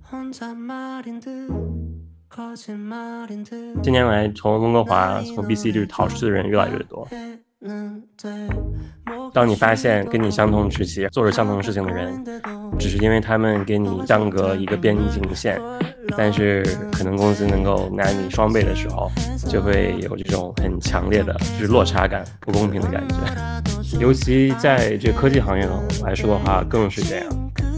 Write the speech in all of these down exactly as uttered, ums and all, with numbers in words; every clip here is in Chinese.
近年来从温哥华从 B C 就是逃出去的人越来越多。当你发现跟你相同时期做着相同事情的人，只是因为他们给你相隔一个边境线，但是可能公司能够拿你双倍的时候，就会有这种很强烈的就是落差感、不公平的感觉。尤其在这个科技行业来说的话更是这样。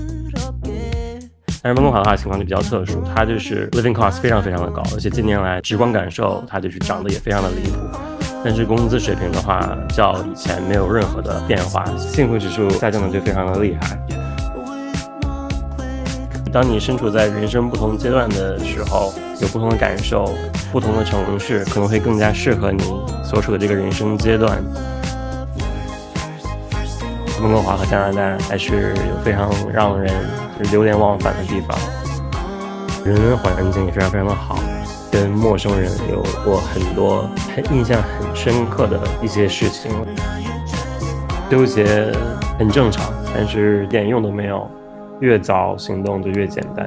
但是温哥华的话情况就比较特殊，它就是 living cost 非常非常的高，而且近年来直观感受它就是涨得也非常的离谱。但是工资水平的话，较以前没有任何的变化，幸福指数下降的就非常的厉害。当你身处在人生不同阶段的时候，有不同的感受，不同的城市可能会更加适合你所处的这个人生阶段。温哥华和加拿大还是有非常让人流连忘返的地方，人文环境也非常非常的好，跟陌生人有过很多很印象很深刻的一些事情。纠结很正常，但是一点用都没有，越早行动就越简单。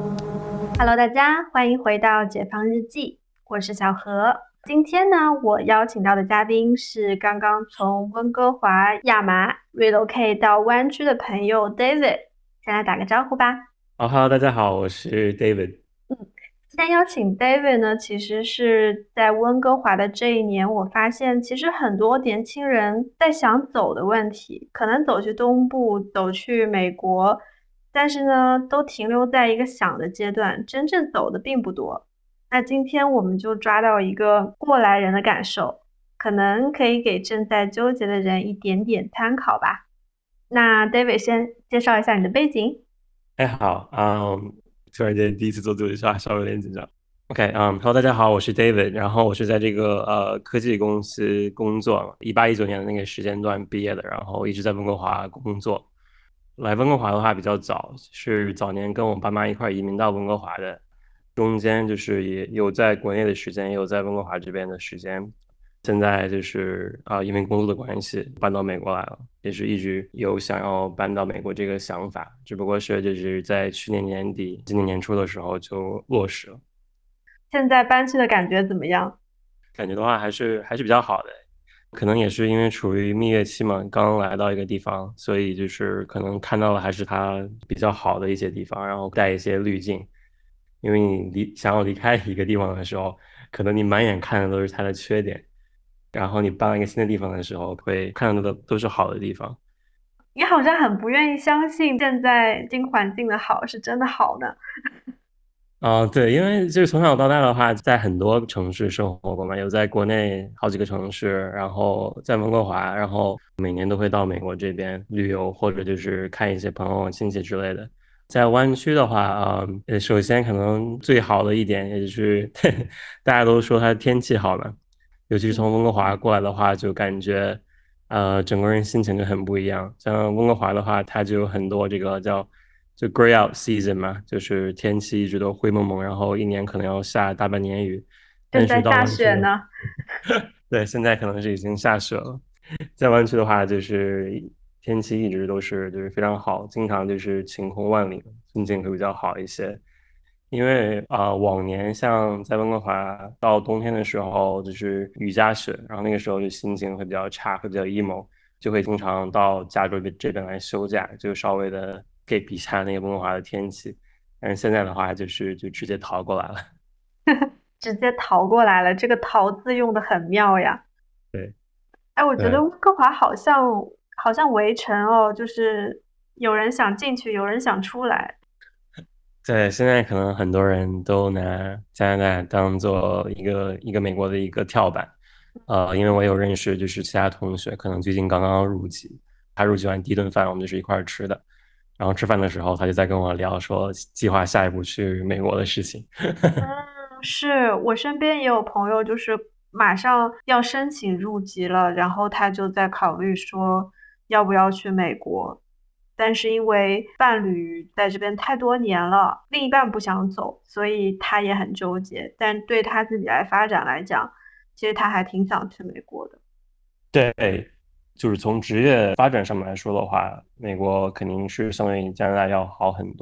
Hello， 大家欢迎回到解放日记，我是小何。今天呢，我邀请到的嘉宾是刚刚从温哥华亚麻 relocate 到湾区的朋友 David， 先来打个招呼吧。 哦、oh, ，Hello， 大家好，我是 David。 嗯，今天邀请 David 呢，其实是在温哥华的这一年，我发现其实很多年轻人在想走的问题，可能走去东部，走去美国，但是呢，都停留在一个想的阶段，真正走的并不多。那今天我们就抓到一个过来人的感受，可能可以给正在纠结的人一点点参考吧。那 David 先介绍一下你的背景。 哎，好，嗯，突然间第一次做自我介绍，稍微有点紧张。OK，嗯、um, ，Hello， 大家好，我是 David， 然后我是在这个呃科技公司工作，一八一九年的那个时间段毕业的，然后一直在温哥华工作。来温哥华的话比较早，是早年跟我爸妈一块移民到温哥华的，中间就是也有在国内的时间，也有在温哥华这边的时间。现在就是啊、呃，因为工作的关系搬到美国来了，也是一直有想要搬到美国这个想法，只不过是就是在去年年底、今年年初的时候就落实了。 现在搬去的感觉怎么样？ 感觉的话还是还是比较好的，可能也是因为处于蜜月期嘛，刚来到一个地方，所以就是可能看到的还是它比较好的一些地方，然后带一些滤镜。因为你离想要离开一个地方的时候，可能你满眼看的都是它的缺点，然后你搬到一个新的地方的时候，会看到的都是好的地方。 你好像很不愿意相信现在新环境的好是真的好呢。 啊、对，因为就是从小到大的话，在很多城市生活过嘛，有在国内好几个城市，然后在温哥华，然后每年都会到美国这边旅游，或者就是看一些朋友亲戚之类的。在湾区的话，啊、呃，首先可能最好的一点，也就是大家都说它天气好嘛，尤其是从温哥华过来的话，就感觉呃整个人心情就很不一样。像温哥华的话，它就有很多这个叫就 gray out season 嘛，就是天气一直都灰蒙蒙，然后一年可能要下大半年雨。但是正在下到湾区的， 雪呢。 对，现在可能是已经下雪了。在湾区的话，就是天气一直都是就是非常好，经常就是晴空万里，心情会比较好一些。因为啊、呃往年像在温哥华到冬天的时候，就是雨夹雪，然后那个时候就心情会比较差，会比较 emo，就会经常到加州这边来休假，就稍微的给比下那个温哥华的天气。但是现在的话，就是就直接逃过来了。 直接逃过来了，这个“逃”字用的很妙呀。 对哎，我觉得对温哥华好像好像围城哦，就是有人想进去，有人想出来。 对，现在可能很多人都拿加拿大当做一个一个美国的一个跳板。呃，因为我有认识就是其他同学，可能最近刚刚入籍，他入籍完第一顿饭我们就是一块儿吃的，然后吃饭的时候他就在跟我聊说计划下一步去美国的事情。 嗯，是我身边也有朋友，就是马上要申请入籍了，然后他就在考虑说要不要去美国，但是因为伴侣在这边太多年了，另一半不想走，所以他也很纠结。但对他自己来发展来讲，其实他还挺想去美国的。 对，就是从职业发展上面来说的话，美国肯定是相对于加拿大要好很多。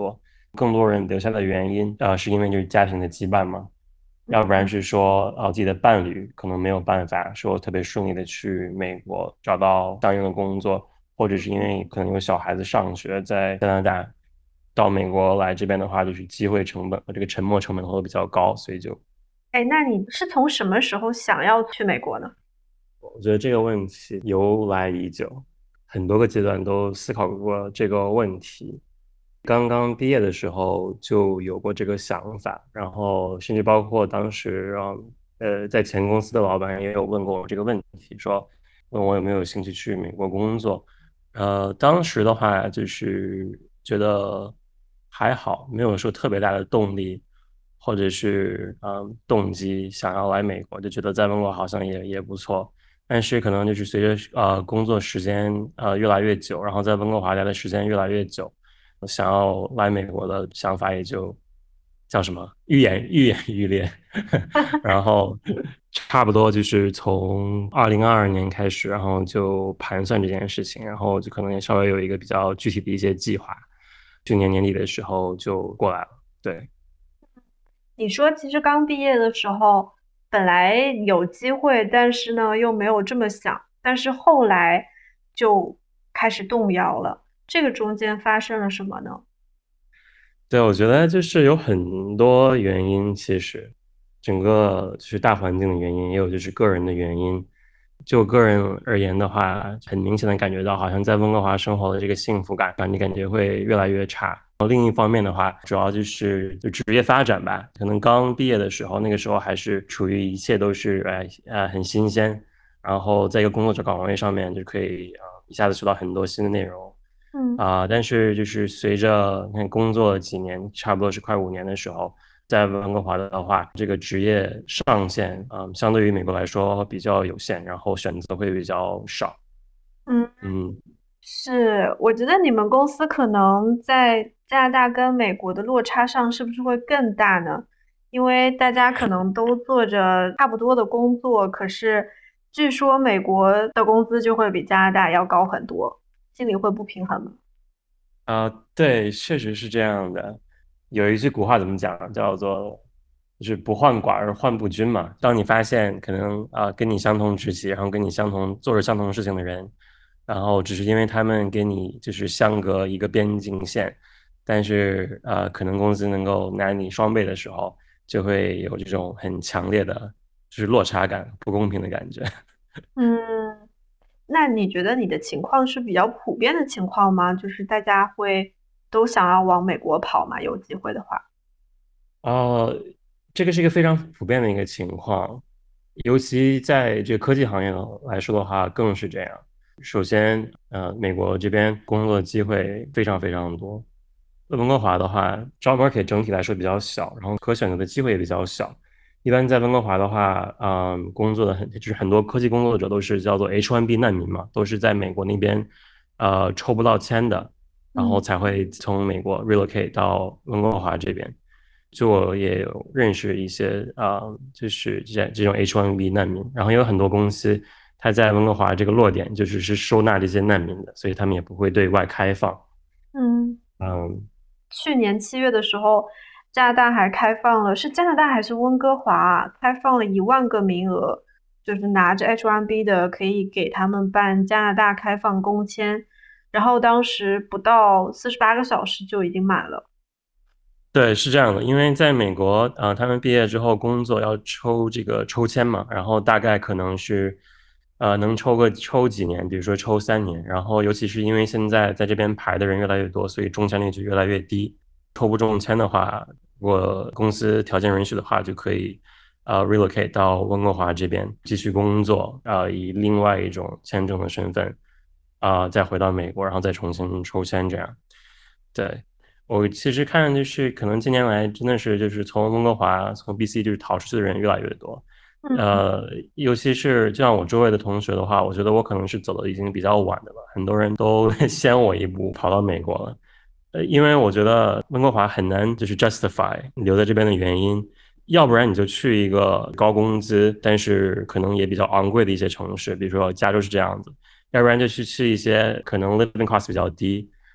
更多人留下的原因，呃，是因为就是家庭的羁绊嘛，要不然是说，呃，自己的伴侣可能没有办法说特别顺利的去美国找到相应的工作，或者是因为可能有小孩子上学在加拿大，到美国来这边的话，就是机会成本和这个沉没成本会比较高，所以就哎，那你是从什么时候想要去美国呢？ 我觉得这个问题由来已久，很多个阶段都思考过这个问题。刚刚毕业的时候就有过这个想法，然后甚至包括当时，嗯，呃，在前公司的老板也有问过我这个问题，说问我有没有兴趣去美国工作。呃，当时的话就是觉得还好，没有说特别大的动力，或者是嗯动机想要来美国，就觉得在温哥华好像也也不错。但是可能就是随着呃工作时间呃越来越久，然后在温哥华待的时间越来越久，想要来美国的想法也就叫什么愈演愈演愈烈，然后差不多就是从二零二二年开始，然后就盘算这件事情，然后就可能也稍微有一个比较具体的一些计划，去年年底的时候就过来了，对。 你说其实刚毕业的时候本来有机会，但是呢又没有这么想，但是后来就开始动摇了。这个中间发生了什么呢？ 对，我觉得就是有很多原因，其实整个就是大环境的原因，也有就是个人的原因。就个人而言的话，很明显的感觉到，好像在温哥华生活的这个幸福感，让你感觉会越来越差。然后另一方面的话，主要就是就职业发展吧。可能刚毕业的时候，那个时候还是处于一切都是哎呃很新鲜，然后在一个工作者岗位上面就可以啊、呃一下子学到很多新的内容。 嗯。 啊、但是就是随着你看工作了几年，差不多是快五年的时候，在温哥华的话，这个职业上限，嗯，相对于美国来说比较有限，然后选择会比较少。 嗯， 嗯， 是，我觉得你们公司可能在加拿大跟美国的落差上是不是会更大呢？因为大家可能都做着差不多的工作，可是据说美国的工资就会比加拿大要高很多，心里会不平衡吗？ 啊、对，确实是这样的。有一句古话怎么讲啊叫做就是不患寡而患不均嘛。当你发现可能啊、跟你相同职级，然后跟你相同做着相同事情的人，然后只是因为他们跟你就是相隔一个边境线，但是呃可能工资能够拿你双倍的时候，就会有这种很强烈的就是落差感、不公平的感觉。 嗯，那你觉得你的情况是比较普遍的情况吗？就是大家会都想要往美国跑嘛，有机会的话。 哦，这个是一个非常普遍的一个情况，尤其在这个科技行业来说的话，更是这样。首先，呃，美国这边工作的机会非常非常多。温哥华的话，job market 整体来说比较小，然后可选择的机会也比较小。一般在温哥华的话，嗯，工作的很就是很多科技工作者都是叫做 H 一 B 难民嘛，都是在美国那边呃抽不到签的，然后嗯。 才会从美国 relocate 到温哥华这边。就我也有认识一些啊、呃就是这这种 H 一 B 难民，然后有很多公司它在温哥华这个落点就是是收纳这些难民的，所以他们也不会对外开放。 嗯。 嗯， 去年七月的时候，加拿大还开放了，是加拿大还是温哥华啊开放了一万个名额，就是拿着 H 一 B 的可以给他们办加拿大开放工签，然后当时不到四十八个小时就已经满了。 对，是这样的，因为在美国，呃，他们毕业之后工作要抽这个抽签嘛，然后大概可能是，呃，能抽个抽几年，比如说抽三年，然后尤其是因为现在在这边排的人越来越多，所以中签率就越来越低。抽不中签的话，如果公司条件允许的话，就可以呃 relocate 到温哥华这边继续工作，呃，以另外一种签证的身份，啊、再回到美国，然后再重新抽签这样。对。我其实看就是可能近年来真的是就是从温哥华从 B C 就是逃出去的人越来越多， 嗯。 呃，尤其是就像我周围的同学的话，我觉得我可能是走的已经比较晚的了，很多人都先我一步跑到美国了，呃，因为我觉得温哥华很难就是 justify 你留在这边的原因，要不然你就去一个高工资但是可能也比较昂贵的一些城市，比如说加州是这样子，要不然就去去一些可能 living cost 比较低。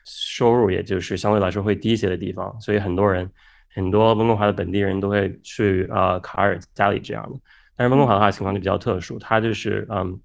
收入也就是相对来说会低一些的地方，所以很多人很多温哥华的本地人都会去呃卡尔加里这样的。但是温哥华的话情况就比较特殊，它就是嗯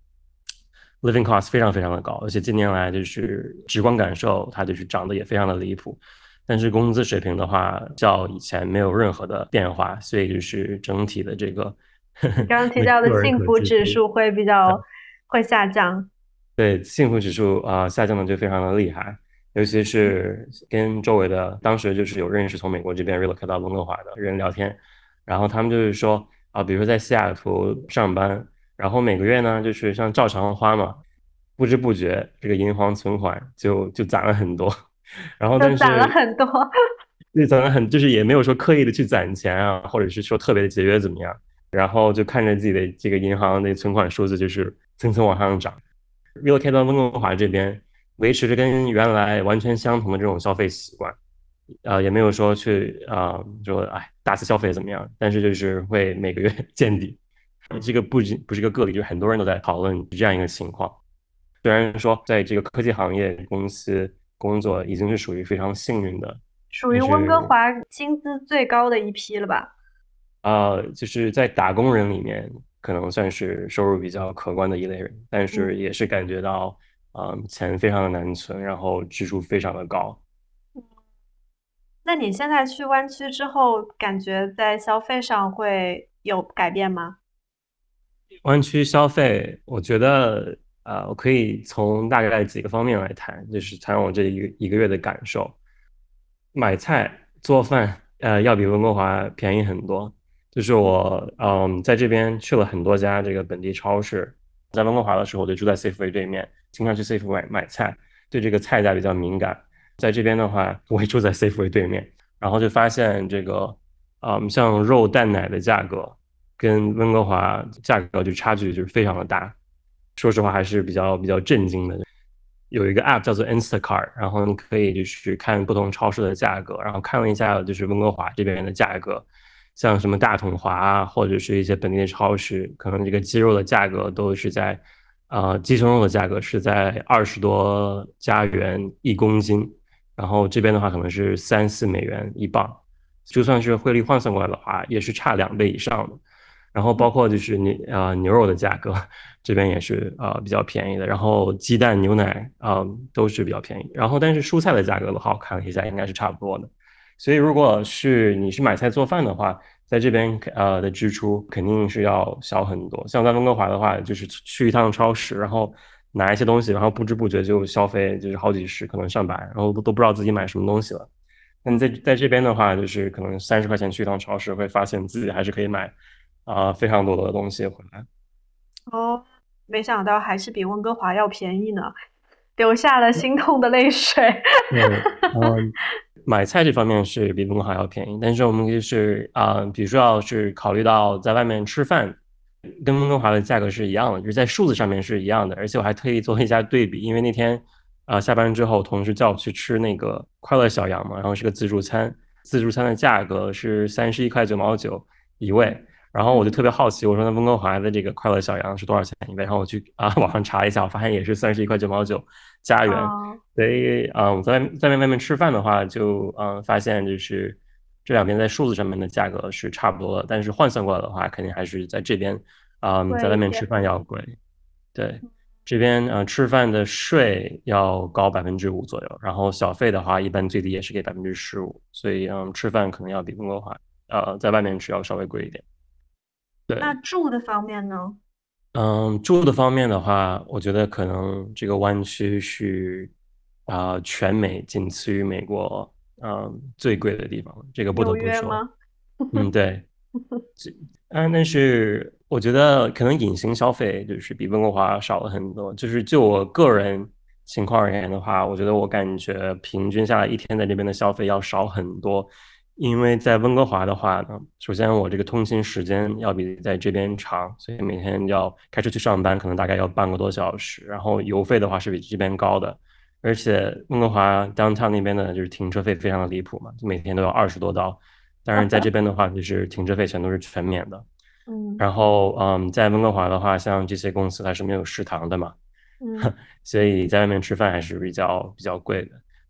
living cost 非常非常的高，而且近年来就是直观感受它就是涨得也非常的离谱。但是工资水平的话，较以前没有任何的变化，所以就是整体的这个你刚刚提那到的个人可幸福支出。 指数会比较会下降。 对，幸福指数啊、呃下降的就非常的厉害，尤其是跟周围的当时就是有认识从美国这边 relocate 到温哥华的人聊天，然后他们就是说啊、比如说在西雅图上班，然后每个月呢就是像照常花嘛，不知不觉这个银行存款就就攒了很多，然后就攒了但是很多。 就攒了很就是也没有说刻意的去攒钱啊，或者是说特别的节约怎么样，然后就看着自己的这个银行的存款数字就是蹭蹭往上涨。relocate 到温哥华这边，维持着跟原来完全相同的这种消费习惯，呃，也没有说去啊、呃说哎大肆消费怎么样，但是就是会每个月见底。这个不仅不是一个个例，就是很多人都在讨论这样一个情况。虽然说在这个科技行业公司工作已经是属于非常幸运的， 属于但是温哥华薪资最高的一批了吧？ 呃，就是在打工人里面，可能算是收入比较可观的一类人，但是嗯。 也是感觉到，嗯、钱非常的难存，然后支出非常的高。 那你现在去湾区之后，感觉在消费上会有改变吗？ 湾区消费，我觉得，呃，我可以从大概几个方面来谈，就是谈我这一个一个月的感受。买菜做饭，呃，要比温哥华便宜很多。就是我，嗯，在这边去了很多家这个本地超市，在温哥华的时候，我就住在 Safeway 对面，经常去 Safeway 买买菜，对这个菜价比较敏感。在这边的话，我也住在 Safeway 对面，然后就发现这个，嗯，像肉蛋奶的价格跟温哥华价格就差距就是非常的大，说实话还是比较比较震惊的。有一个 app 叫做 Instacart，然后你可以就是看不同超市的价格，然后看了一下就是温哥华这边的价格，像什么大统华啊，或者是一些本地的超市，可能这个鸡肉的价格都是在，呃，鸡胸肉的价格是在二十多加元一公斤，然后这边的话可能是三四美元一磅，就算是汇率换算过来的话，也是差两倍以上的。然后包括就是牛啊、呃、牛肉的价格，这边也是啊、呃、比较便宜的。然后鸡蛋、牛奶啊、呃、都是比较便宜。然后但是蔬菜的价格的话，我看了一下，应该是差不多的。所以如果是你是买菜做饭的话，在这边呃的支出肯定是要小很多。像在温哥华的话，就是去一趟超市，然后拿一些东西，然后不知不觉就消费就是好几十，可能上百，然后都都不知道自己买什么东西了。那你在在这边的话，就是可能三十块钱去一趟超市，会发现自己还是可以买啊、呃非常多的东西回来。 哦，没想到还是比温哥华要便宜呢，流下了心痛的泪水。 对，嗯，买菜这方面是比温哥华要便宜，但是我们就是啊、呃比如说要是考虑到在外面吃饭，跟温哥华的价格是一样的，就是在数字上面是一样的，而且我还特意做了一下对比，因为那天啊、呃下班之后，同事叫我去吃那个快乐小羊嘛，然后是个自助餐，自助餐的价格是三十一块九毛九一位，然后我就特别好奇，我说那温哥华的这个快乐小羊是多少钱一位？然后我去啊、网上查了一下，我发现也是三十一块九毛九加元。 哦， 所以，嗯，我在外在外面吃饭的话，就嗯发现就是这两边在数字上面的价格是差不多的，但是换算过来的话，肯定还是在这边，嗯，在贵一点。 外面吃饭要贵。对，这边呃吃饭的税要高百分之五左右，然后小费的话，一般最低也是给百分之十五，所以嗯吃饭可能要比温哥华呃在外面吃要稍微贵一点。 那对。 住的方面呢？ 嗯，住的方面的话，我觉得可能这个湾区是啊、呃全美仅次于美国嗯最贵的地方，这个不得纽不说。 约吗？ 嗯，对，嗯，但是我觉得可能隐形消费就是比温哥华少了很多。就是就我个人情况而言的话，我觉得我感觉平均下来一天在这边的消费要少很多。因为在温哥华的话呢，首先我这个通勤时间要比在这边长，所以每天要开车去上班，可能大概要半个多小时。然后油费的话是比这边高的，而且温哥华 downtown 那边的就是停车费非常的离谱嘛，就每天都要二十多刀。当然，在这边的话，就是停车费全都是全免的。 嗯然后，嗯，在温哥华的话，像这些公司它是没有食堂的嘛， 嗯。 所以在外面吃饭还是比较比较贵的。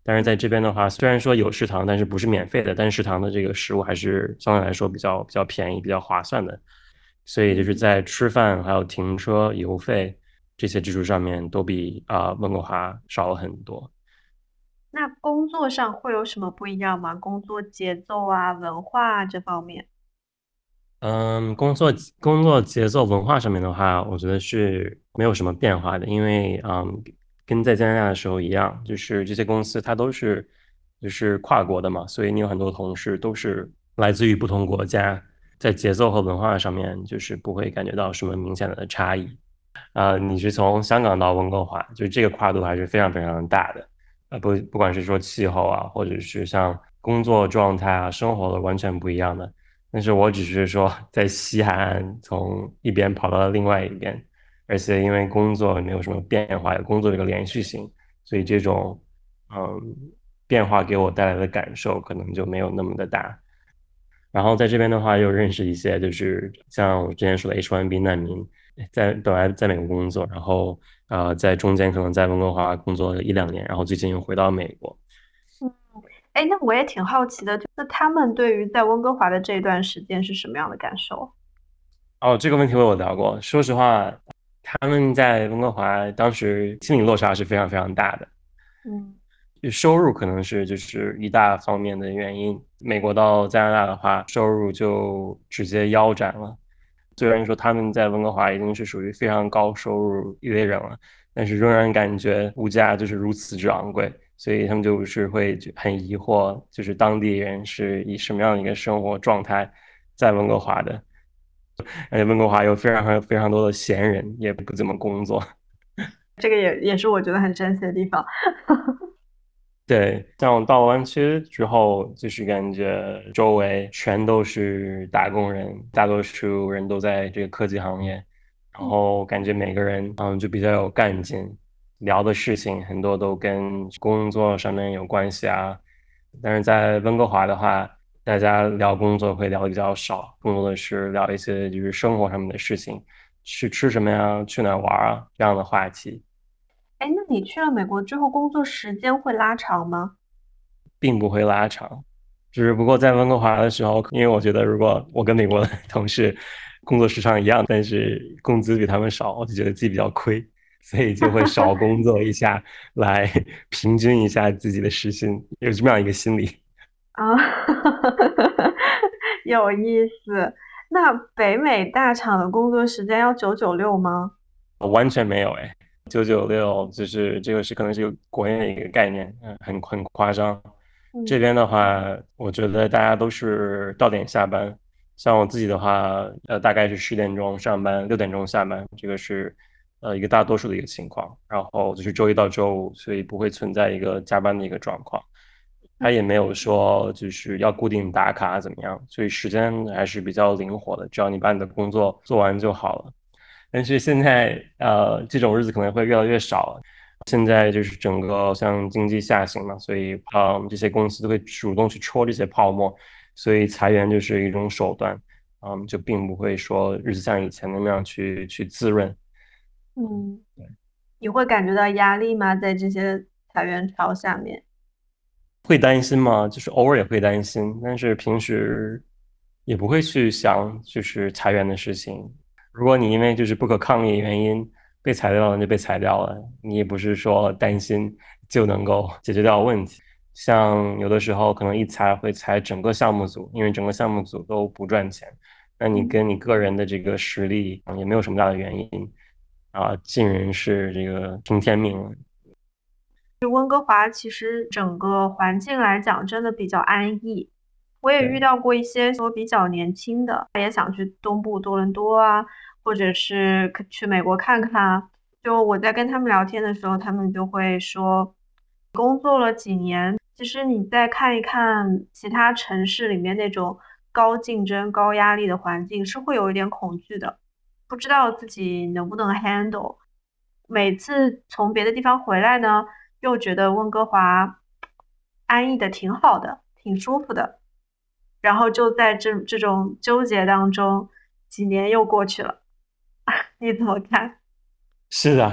但是在这边的话，虽然说有食堂，但是不是免费的，但是食堂的这个食物还是相对来说比较比较便宜、比较划算的，所以就是在吃饭、还有停车、油费这些支出上面都比啊、温哥华少了很多。 那工作上会有什么不一样吗？工作节奏啊、文化啊这方面。 嗯，工作工作节奏文化上面的话，我觉得是没有什么变化的，因为嗯，跟在加拿大的时候一样，就是这些公司它都是就是跨国的嘛，所以你有很多同事都是来自于不同国家，在节奏和文化上面就是不会感觉到什么明显的差异。啊、你是从香港到温哥华，就这个跨度还是非常非常大的。啊，不不管是说气候啊，或者是像工作状态啊、生活的完全不一样的。但是我只是说在西海岸从一边跑到了另外一边，而且因为工作没有什么变化，有工作这个连续性，所以这种嗯变化给我带来的感受可能就没有那么的大。然后在这边的话，又认识一些就是像我之前说的 H 一 B 难民，在本来在美国工作，然后呃在中间可能在温哥华工作了一两年，然后最近又回到美国。 嗯，哎，那我也挺好奇的，就那他们对于在温哥华的这一段时间是什么样的感受？ 哦，这个问题我有聊过。说实话，他们在温哥华当时心理落差是非常非常大的。 嗯就收入可能是就是一大方面的原因。美国到加拿大的话，收入就直接腰斩了。虽然说他们在温哥华已经是属于非常高收入一类人了，但是仍然感觉物价就是如此之昂贵，所以他们就是会就很疑惑，就是当地人是以什么样的一个生活状态在温哥华的。而且温哥华有非常非常多的闲人，也不怎么工作。 这个也也是我觉得很神奇的地方。 对，像我到了湾区之后，就是感觉周围全都是打工人，大多数人都在这个科技行业，然嗯后感觉每个人嗯就比较有干劲，聊的事情很多都跟工作上面有关系啊。但是在温哥华的话，大家聊工作会聊的比较少，更多的是聊一些就是生活上面的事情，去吃什么呀，去哪儿玩儿啊这样的话题。 哎，那你去了美国之后，工作时间会拉长吗？ 并不会拉长。只不过在温哥华的时候，因为我觉得如果我跟美国的同事工作时长一样，但是工资比他们少，我就觉得自己比较亏，所以就会少工作一下，来平均一下自己的时薪，有这么样一个心理。 啊，有意思。那北美大厂的工作时间要九九六吗？ 完全没有哎，九九六就是这个是可能是个国内的一个概念，嗯，很很夸张。这嗯边的话，我觉得大家都是到点下班，像我自己的话，呃，大概是十点钟上班，六点钟下班，这个是呃一个大多数的一个情况。然后就是周一到周五，所以不会存在一个加班的一个状况。他也没有说就是要固定打卡怎么样，所以时间还是比较灵活的，只要你把你的工作做完就好了。但是现在呃，这种日子可能会越来越少了。现在就是整个像经济下行嘛，所以嗯，这些公司都会主动去戳这些泡沫，所以裁员就是一种手段，嗯，就并不会说日子像以前那样去去滋润。 嗯，你会感觉到压力吗？在这些裁员潮下面？ 会担心吗？就是偶尔也会担心，但是平时也不会去想就是裁员的事情。如果你因为就是不可抗力原因被裁掉了，那就被裁掉了，你也不是说担心就能够解决掉问题。像有的时候可能一裁会裁整个项目组，因为整个项目组都不赚钱，那你嗯。 跟你个人的这个实力嗯也没有什么大的原因啊，尽人事这个听天命了。 温哥华其实整个环境来讲，真的比较安逸。我也遇对。 到过一些说比较年轻的，也想去东部多伦多啊，或者是可去美国看看啊。就我在跟他们聊天的时候，他们就会说，工作了几年，其实你再看一看其他城市里面那种高竞争、高压力的环境，是会有一点恐惧的，不知道自己能不能 handle。每次从别的地方回来呢，又觉得温哥华安逸的挺好的，挺舒服的，然后就在这这种纠结当中，几年又过去了，你怎么看？ 是的，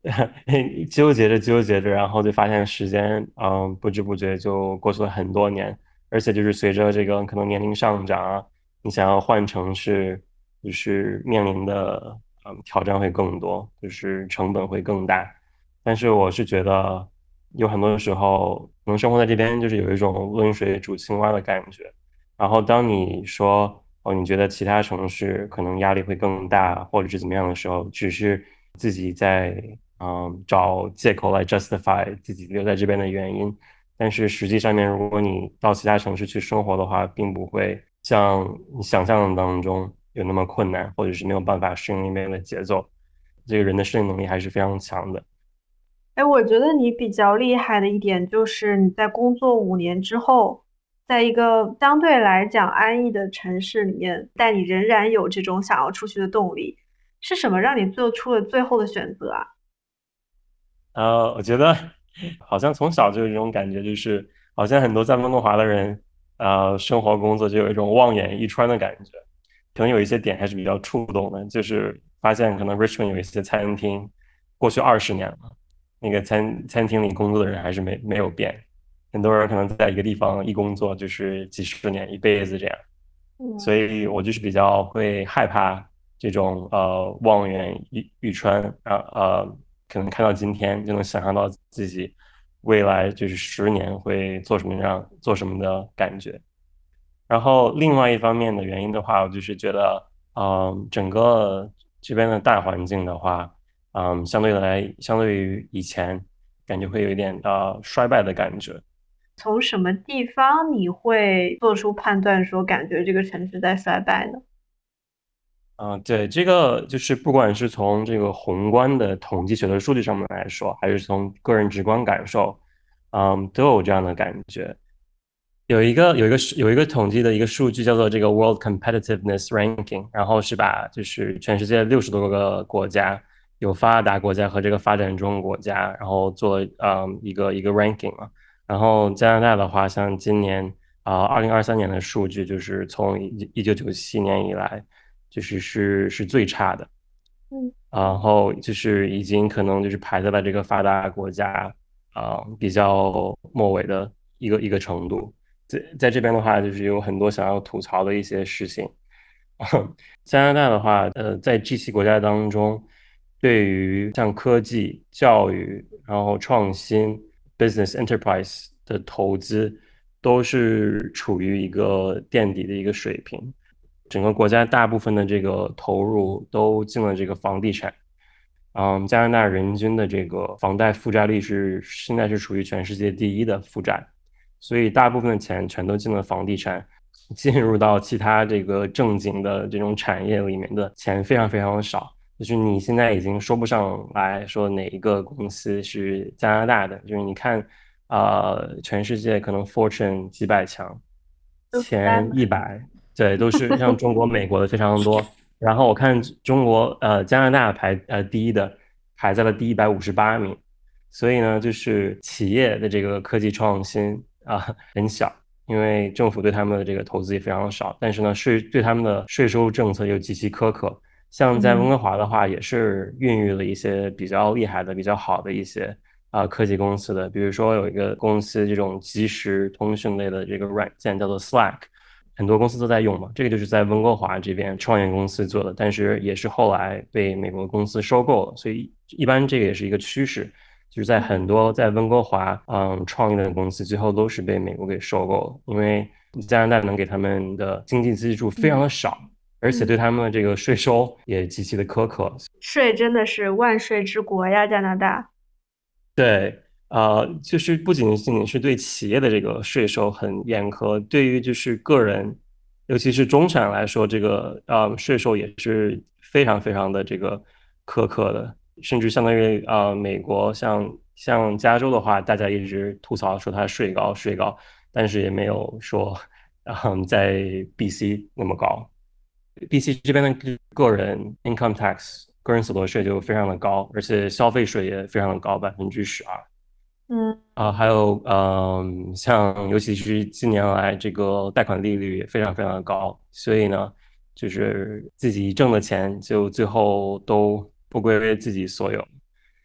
纠结着纠结着，然后就发现时间，嗯，不知不觉就过去了很多年，而且就是随着这个可能年龄上涨啊，你想要换城市，就是面临的嗯挑战会更多，就是成本会更大。但是我是觉得有很多时候，能生活在这边，就是有一种温水煮青蛙的感觉。然后当你说哦，你觉得其他城市可能压力会更大，或者是怎么样的时候，只是自己在嗯找借口来 justify 自己留在这边的原因。但是实际上面，如果你到其他城市去生活的话，并不会像你想象当中有那么困难，或者是没有办法适应那边的节奏。这个人的适应能力还是非常强的。 哎，我觉得你比较厉害的一点就是你在工作五年之后，在一个相对来讲安逸的城市里面，但你仍然有这种想要出去的动力，是什么让你做出了最后的选择啊？ 呃，我觉得好像从小就有这种感觉，就是好像很多在温哥华的人，呃，生活工作就有一种望眼欲穿的感觉。可能有一些点还是比较触动的，就是发现可能 Richmond 有一些餐厅，过去二十年了，那个餐餐厅里工作的人还是没没有变，很多人可能在一个地方一工作就是几十年、一辈子这样。所嗯。 以我就是比较会害怕这种呃望眼欲欲穿，然后呃可能看到今天就能想象到自己未来就是十年会做什么样做什么的感觉。然后另外一方面的原因的话，我就是觉得，嗯、整个这边的大环境的话，嗯，相对来相对于以前，感觉会有一点呃衰败的感觉。 从什么地方你会做出判断说感觉这个城市在衰败呢？ 啊，对，这个就是不管是从这个宏观的统计学的数据上面来说，还是从个人直观感受，嗯，都有这样的感觉。有一个有一个有一个统计的一个数据叫做这个 World Competitiveness Ranking，然后是把就是全世界六十多个国家，有发达国家和这个发展中国家，然后做了嗯一个一个 ranking 嘛。然后加拿大的话，像今年啊二零二三年的数据，就是从一一九九七年以来，就是是是最差的。 嗯。 然后就是已经可能就是排在了这个发达国家啊、比较末尾的一个一个程度。在在这边的话，就是有很多想要吐槽的一些事情。加拿大的话，呃，在 G 七国家当中，对于像科技、教育，然后创新、business enterprise 的投资，都是处于一个垫底的一个水平。整个国家大部分的这个投入都进了这个房地产。嗯，加拿大人均的这个房贷负债率是现在是处于全世界第一的负债，所以大部分的钱全都进了房地产，进入到其他这个正经的这种产业里面的钱非常非常的少。就是你现在已经说不上来说哪一个公司是加拿大的，就是你看，呃，全世界可能 Fortune 几百强， 都是丹前一麦。 百，对，都是像中国、美国的非常多。然后我看中国呃加拿大排呃第一的排在了第一百五十八名，所以呢，就是企业的这个科技创新啊、很小，因为政府对他们的这个投资也非常少，但是呢税对他们的税收政策又极其苛刻。像在温嗯。 哥华的话，也是孕育了一些比较厉害的、比较好的一些啊、科技公司的，比如说有一个公司这种即时通讯类的这个软件叫做 Slack，很多公司都在用嘛。这个就是在温哥华这边创业公司做的，但是也是后来被美国公司收购了，所以一般这个也是一个趋势，就是在很多在温哥华嗯创业的公司最后都是被美国给收购了，因为加拿大能给他们的经济资助非常嗯。 的少，而且对嗯。 他们的这个税收也极其的苛刻。 税真的是万税之国呀，加拿大。 对，呃，就是不仅仅仅是对企业的这个税收很严苛，对于就是个人，尤其是中产来说，这个呃税收也是非常非常的这个苛刻的，甚至相当于呃美国像像加州的话，大家一直吐槽说它税高税高，但是也没有说嗯在 B C 那么高。B C 这边的个个人 income tax 个人所得税就非常的高，而且消费税也非常的高，百分之十二。 嗯。 啊，还有嗯，像尤其是近年来这个贷款利率也非常非常的高，所以呢，就是自己挣的钱就最后都不归为自己所有。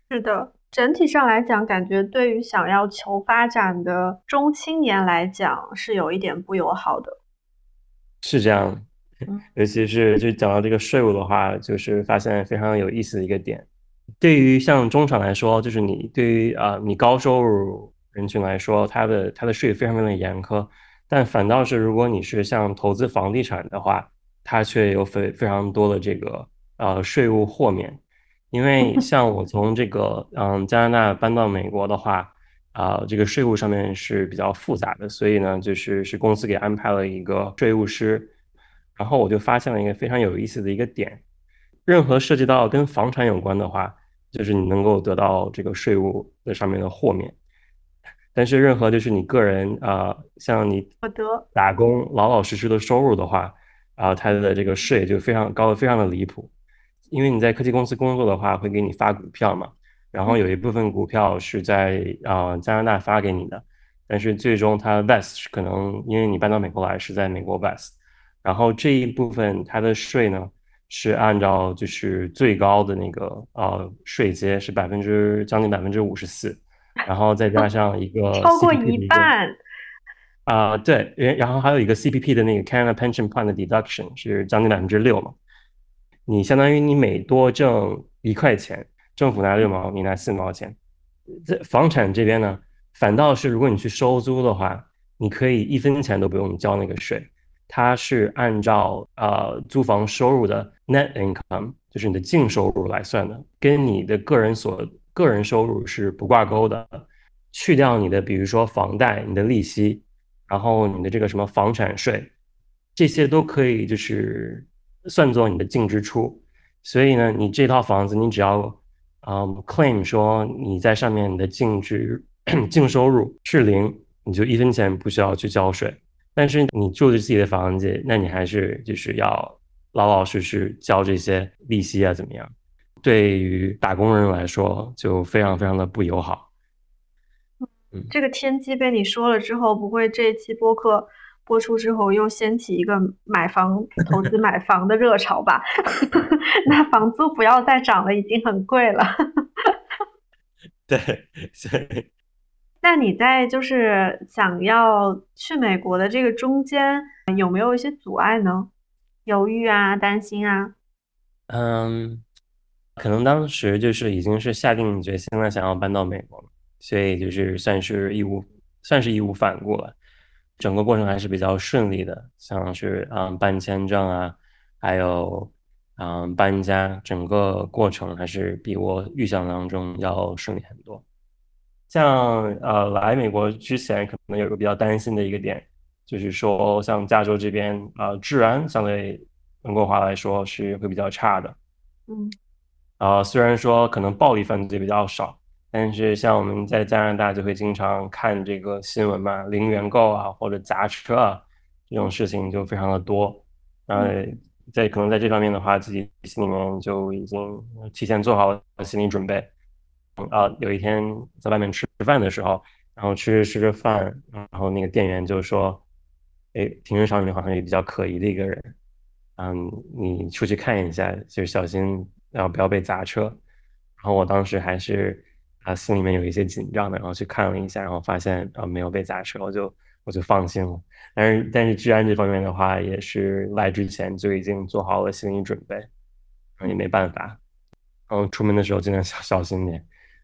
是的，整体上来讲，感觉对于想要求发展的中青年来讲是有一点不友好的。 是这样， 嗯， 尤其是就讲到这个税务的话，就是发现非常有意思的一个点。对于像中产来说，就是你对于啊、呃你高收入人群来说，它的它的税非常非常的严苛，但反倒是如果你是像投资房地产的话，它却有非非常多的这个呃税务豁免。因为像我从这个嗯加拿大搬到美国的话，啊、这个税务上面是比较复杂的，所以呢，就是是公司给安排了一个税务师，然后我就发现了一个非常有意思的一个点，任何涉及到跟房产有关的话，就是你能够得到这个税务的上面的豁免，但是任何就是你个人啊、呃像你我得， 打工老老实实的收入的话，啊、它的这个税就非常高的，非常的离谱。因为你在科技公司工作的话，会给你发股票嘛，然后嗯， 有一部分股票是在啊、呃加拿大发给你的，但是最终它 vest 是可能因为你搬到美国来是在美国 vest，然后这一部分它的税呢是按照就是最高的那个呃税阶是百分之将近百分之五十四。然后再加上一个超过 C P P 一的一个半。 啊、对，然然后还有一个 C P P 的那个 Canada Pension Plan 的 deduction 是将近百分之六嘛，你相当于你每多挣一块钱，政府拿六毛，你拿四毛钱。这房产这边呢，反倒是如果你去收租的话，你可以一分钱都不用交那个税，它是按照呃租房收入的 net income，就是你的净收入来算的，跟你的个人所个人收入是不挂钩的。去掉你的比如说房贷、你的利息，然后你的这个什么房产税，这些都可以就是算作你的净支出。所以呢，你这套房子你只要嗯 claim 说你在上面你的净值净收入是零，你就一分钱不需要去交税。但是你住着自己的房子，那你还是就是要老老实实交这些利息啊，怎么样？对于打工人来说，就非常非常的不友好。嗯。 这个天机被你说了之后，不会这一期播客播出之后又掀起一个买房、投资买房的热潮吧？那房租不要再涨了，已经很贵了。 对，所以那你在就是想要去美国的这个中间，有没有一些阻碍呢？犹豫啊，担心啊？ 嗯，可能当时就是已经是下定决心了，想要搬到美国了，所以就是算是义无算是义无反顾了。整个过程还是比较顺利的，像是嗯办签证啊，还有嗯搬家，整个过程还是比我预想当中要顺利很多。像呃来美国之前，可能有一个比较担心的一个点，就是说像加州这边啊、呃治安相对温哥华来说是会比较差的。 嗯。 啊、虽然说可能暴力犯罪比较少，但是像我们在加拿大就会经常看这个新闻嘛，零元购啊或者砸车啊这种事情就非常的多。 嗯。 呃，在可能在这方面的话，自己心里面就已经提前做好了心理准备。啊，有一天在外面吃饭的时候，然后吃着吃着饭，然后那个店员就说：“哎，停车场里面好像有比较可疑的一个人，嗯，你出去看一下，就是小心然后不要被砸车。”然后我当时还是啊心里面有一些紧张的，然后去看了一下，然后发现啊没有被砸车，我就我就放心了。但是但是治安这方面的话，也是来之前就已经做好了心理准备，然后也没办法，然后出门的时候尽量小小心点。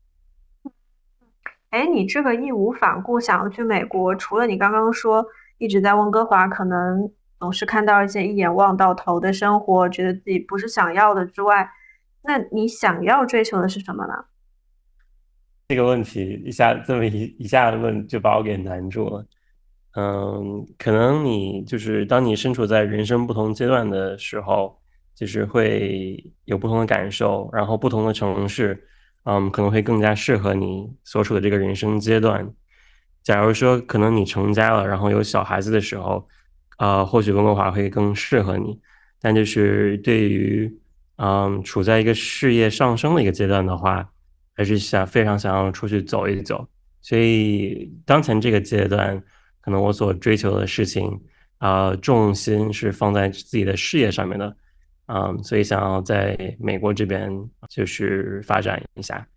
哎，你这个义无反顾想要去美国，除了你刚刚说一直在温哥华，可能总是看到一些一眼望到头的生活，觉得自己不是想要的之外，那你想要追求的是什么呢？ 这个问题一下这么一一下问就把我给难住了。嗯，可能你就是当你身处在人生不同阶段的时候，就是会有不同的感受，然后不同的城市，嗯，可能会更加适合你所处的这个人生阶段。假如说可能你成家了，然后有小孩子的时候，呃，或许温哥华会更适合你。但就是对于嗯处在一个事业上升的一个阶段的话，还是想非常想要出去走一走。所以当前这个阶段，可能我所追求的事情，啊、重心是放在自己的事业上面的，嗯，所以想要在美国这边就是发展一下。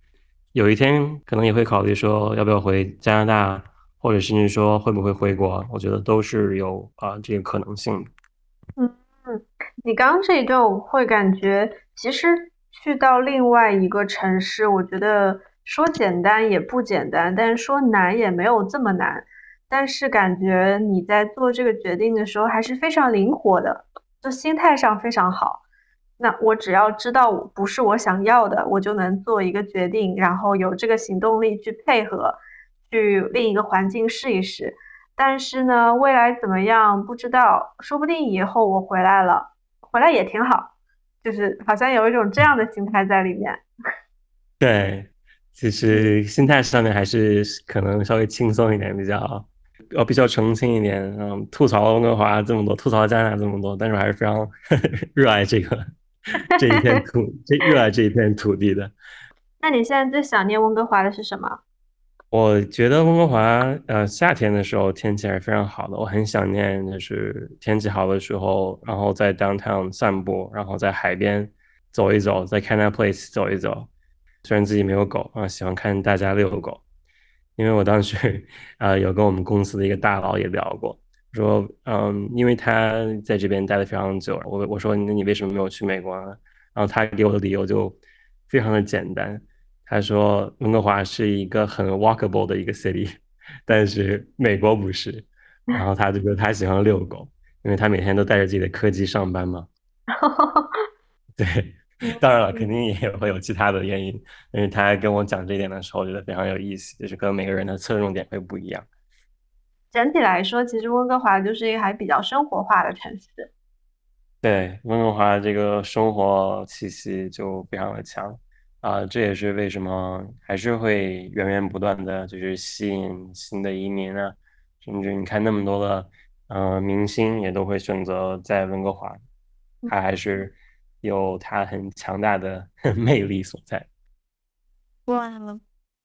有一天可能也会考虑说要不要回加拿大，或者甚至说会不会回国，我觉得都是有啊、呃这个可能性的。 嗯嗯，你刚刚这一段我会感觉，其实去到另外一个城市，我觉得说简单也不简单，但是说难也没有这么难。但是感觉你在做这个决定的时候还是非常灵活的，就心态上非常好。那我只要知道我不是我想要的，我就能做一个决定，然后有这个行动力去配合，去另一个环境试一试。但是呢，未来怎么样不知道，说不定以后我回来了，回来也挺好，就是好像有一种这样的心态在里面。 对，其实心态上面还是可能稍微轻松一点，比较呃比较澄清一点。嗯，吐槽温哥华这么多，吐槽加拿大这么多，但是我还是非常热爱这个这一片土，这热爱这一片土地的。 那你现在最想念温哥华的是什么？ 我觉得温哥华，呃，夏天的时候天气还是非常好的。我很想念，就是天气好的时候，然后在 downtown 散步，然后在海边走一走，在 Canada Place 走一走。虽然自己没有狗啊，喜欢看大家遛狗。因为我当时呃有跟我们公司的一个大佬也聊过，说嗯，因为他在这边待的非常久，我我说那你为什么没有去美国呢？然后他给我的理由就非常的简单，他说温哥华是一个很 walkable 的一个 city，但是美国不是。然后他就说他喜欢遛狗，因为他每天都带着自己的柯基上班嘛。对，当然了，肯嗯， 定也会有其他的原因。但是他跟我讲这一点的时候，我觉得非常有意思，就是跟每个人的侧重点会不一样。 整体来说，其实温哥华就是一个还比较生活化的城市。 对，温哥华这个生活气息就非常的强啊，这也是为什么还是会源源不断的就是吸引新的移民啊，甚至你看那么多的呃明星也都会选择在温哥华，它还是有它很强大的魅力所在。 哇，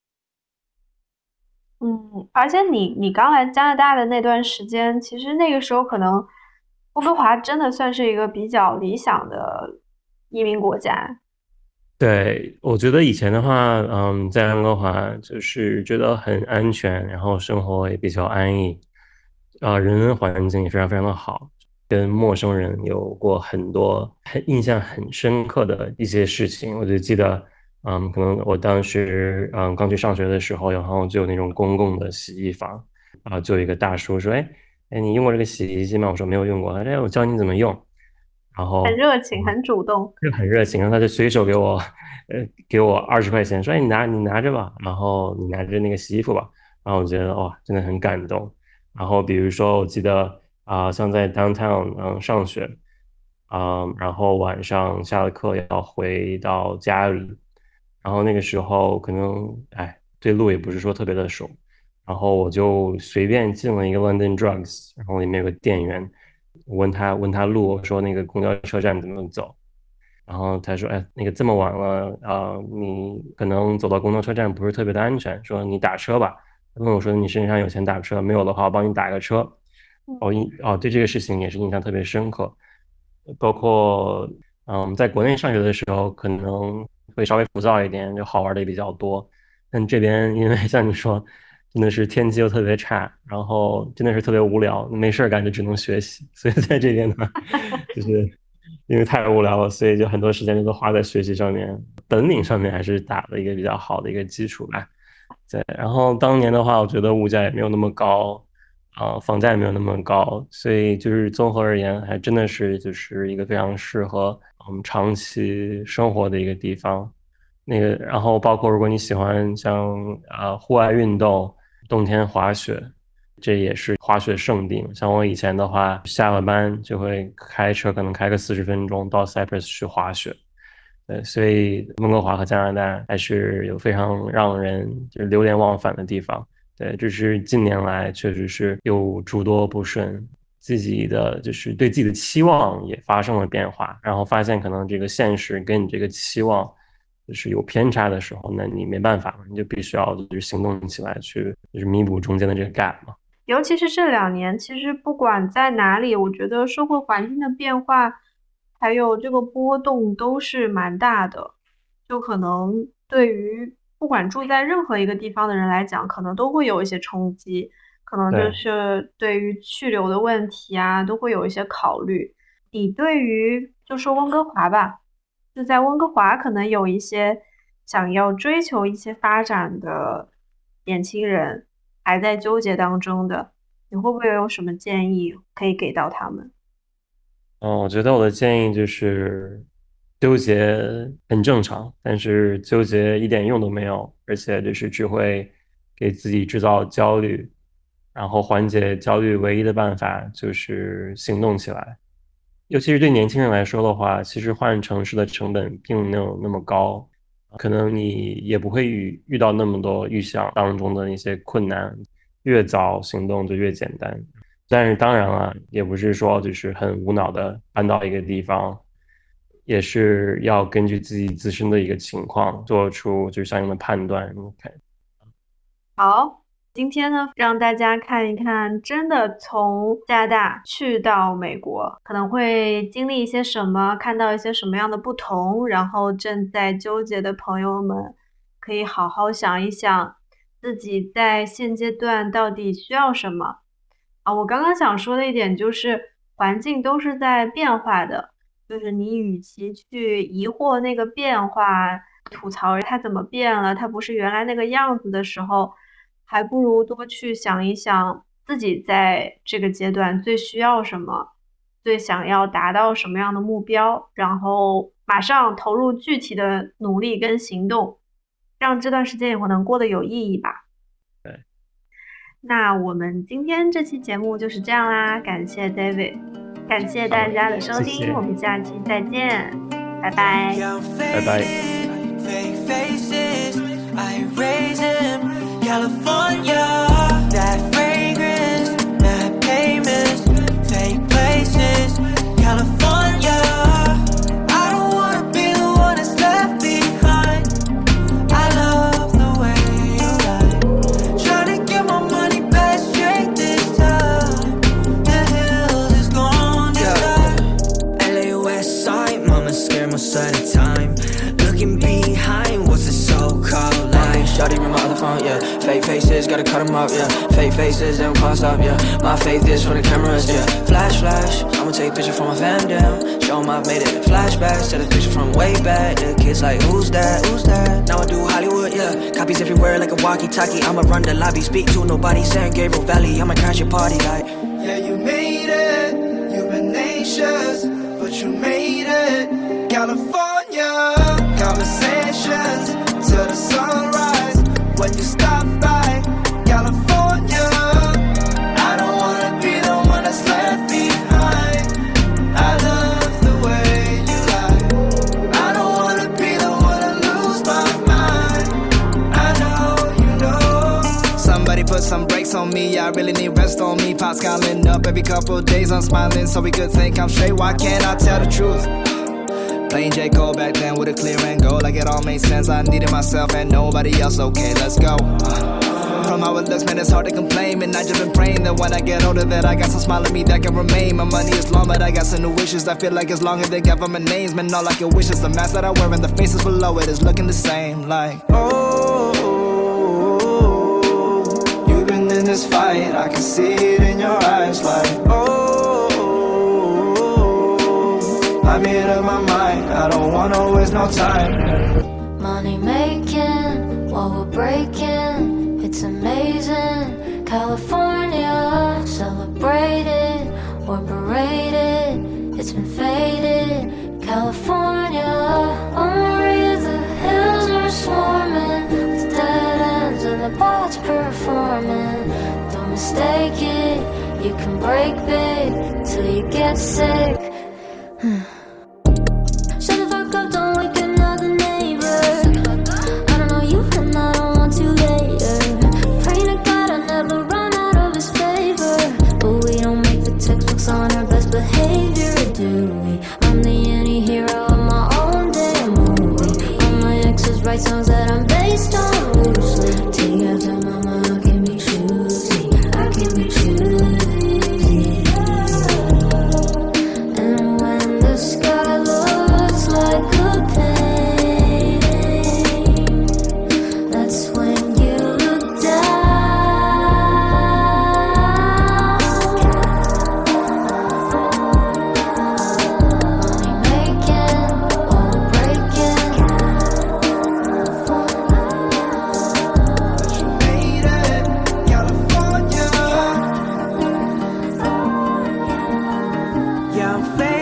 嗯，而且你你刚来加拿大的那段时间，其实那个时候可能温哥华真的算是一个比较理想的移民国家。 对，我觉得以前的话，嗯，在温哥华就是觉得很安全，然后生活也比较安逸，啊、人文环境也非常非常的好，跟陌生人有过很多很印象很深刻的一些事情。我就记得，嗯，可能我当时嗯刚去上学的时候，然后就有那种公共的洗衣房，啊、就有一个大叔说，哎哎，你用过这个洗衣机吗？我说没有用过，他说哎，我教你怎么用，然很后。 热情，很主动。 就很热情，然后他就随手给我，呃，给我二十块钱，说：“哎，你拿，你拿着吧，然后你拿着那个洗衣服吧。”然后我觉得哇，真的很感动。然后比如说，我记得啊、像在 downtown 嗯上学，啊、然后晚上下了课要回到家里，然后那个时候可能哎对路也不是说特别的熟，然后我就随便进了一个 London Drugs，然后里面有个店员，我问他问他路，我说那个公交车站怎么走。然后他说：“哎，那个这么晚了，啊、你可能走到公交车站不是特别的安全，说你打车吧。”他问我说：“你身上有钱打车？没有的话，我帮你打个车。” 嗯， 我印哦，对这个事情也是印象特别深刻。包括嗯，在国内上学的时候，可能会稍微浮躁一点，就好玩的也比较多。但这边因为像你说，真的是天气又特别差，然后真的是特别无聊，没事儿干就只能学习。所以在这边呢，就是因为太无聊了，所以就很多时间都花在学习上面，本领上面还是打了一个比较好的一个基础吧。对，然后当年的话，我觉得物价也没有那么高，啊、房价也没有那么高，所以就是综合而言，还真的是就是一个非常适合我们长期生活的一个地方。那个，然后包括如果你喜欢像啊、户外运动，冬天滑雪，这也是滑雪胜地。像我以前的话，下了班就会开车，可能开个四十分钟到 Cyprus 去滑雪。对，所以温哥华和加拿大还是有非常让人就是流连忘返的地方。对，只是近年来确实是有诸多不顺，自己的就是对自己的期望也发生了变化，然后发现可能这个现实跟你这个期望就是有偏差的时候，那你没办法嘛，你就必须要就是行动起来去就是弥补中间的这个 gap 嘛。 尤其是这两年，其实不管在哪里，我觉得社会环境的变化，还有这个波动都是蛮大的。就可能对于不管住在任何一个地方的人来讲，可能都会有一些冲击，可能就对， 是对于去留的问题啊，都会有一些考虑。你对于就说温哥华吧，就在温哥华可能有一些想要追求一些发展的年轻人还在纠结当中的，你会不会有什么建议可以给到他们？ 嗯，我觉得我的建议就是纠结很正常，但是纠结一点用都没有，而且就是只会给自己制造焦虑，然后缓解焦虑唯一的办法就是行动起来。尤其是对年轻人来说的话，其实换城市的成本并没有那么高，可能你也不会遇遇到那么多预想当中的那些困难，越早行动就越简单。但是当然了，也不是说就是很无脑的搬到一个地方，也是要根据自己自身的一个情况做出就相应的判断。OK， 好，今天呢，让大家看一看，真的从加拿大去到美国，可能会经历一些什么，看到一些什么样的不同，然后正在纠结的朋友们，可以好好想一想，自己在现阶段到底需要什么。啊，我刚刚想说的一点就是，环境都是在变化的，就是你与其去疑惑那个变化，吐槽它怎么变了，它不是原来那个样子的时候，还不如多去想一想自己在这个阶段最需要什么，最想要达到什么样的目标，然后马上投入具体的努力跟行动，让这段时间也会能过得有意义吧。 对， 那我们今天这期节目就是这样啦，感谢 David，感谢大家的收听， 谢谢， 我们下期再见，拜拜。 拜拜。 Fake faces, I raise him. California, that fragrance, that payments, fake places. California, I don't wanna be the one that's left behind. I love the way you lie. Tryna get my money back straight this time. The hills is gone this time. L A West Side, mama scared most of the time. Looking behind, what's it so called? Like, shawty ring my other phone, yeah. Fake faces, gotta cut them up, yeah. Fake faces, they don't cross up, yeah. My faith is for the cameras, yeah. Flash, flash, I'ma take a picture from my fam down. Show 'em I've made it flashbacks. Set a picture from way back. The kids like, who's that, who's that? Now I do Hollywood, yeah. Copies everywhere like a walkie-talkie. I'ma run the lobby, speak to nobody. San Gabriel Valley, I'ma crash your party like. Yeah, you made it, you've been anxious, but you made it. California, conversations till the sunrise. When you stop by California, I don't wanna be the one that's left behind. I love the way you lie. I don't wanna be the one to lose my mind. I know you know. Somebody put some brakes on me. I really need rest on me. Pots calling up every couple of days. I'm smiling so we could think I'm straight. Why can't I tell the truth? Playing J. Cole back then with a clear and goal. Like it all made sense. I needed myself and nobody else. Okay, let's go. Uh, from how it looks, man, it's hard to complain. And I just been praying that when I get older that I got some smile on me that can remain. My money is long, but I got some new wishes. I feel like as long as they government names, man, all like your wishes. The mask that I wear and the faces below it is looking the same. Like, oh, you've been in this fight. I can see it in your eyes. Like, oh, I made up my mind, I don't wanna waste no time. Money making, while we're breaking, it's amazing. California, celebrated, or berated, it's been faded. California, Maria, the hills are swarming with dead ends and the bots performing. Don't mistake it, you can break big till you get sick. Shut the fuck up, don't wake another neighbor. I don't know you and I don't want to later. Pray to God I never run out of his favor. But we don't make the textbooks on our best behavior, do we? I'm the anti-hero of my own damn movie. All my exes write songs that I'm based on loosely. Take after mama, I can be choosy. I can be choosy. Like a pain, I'm fading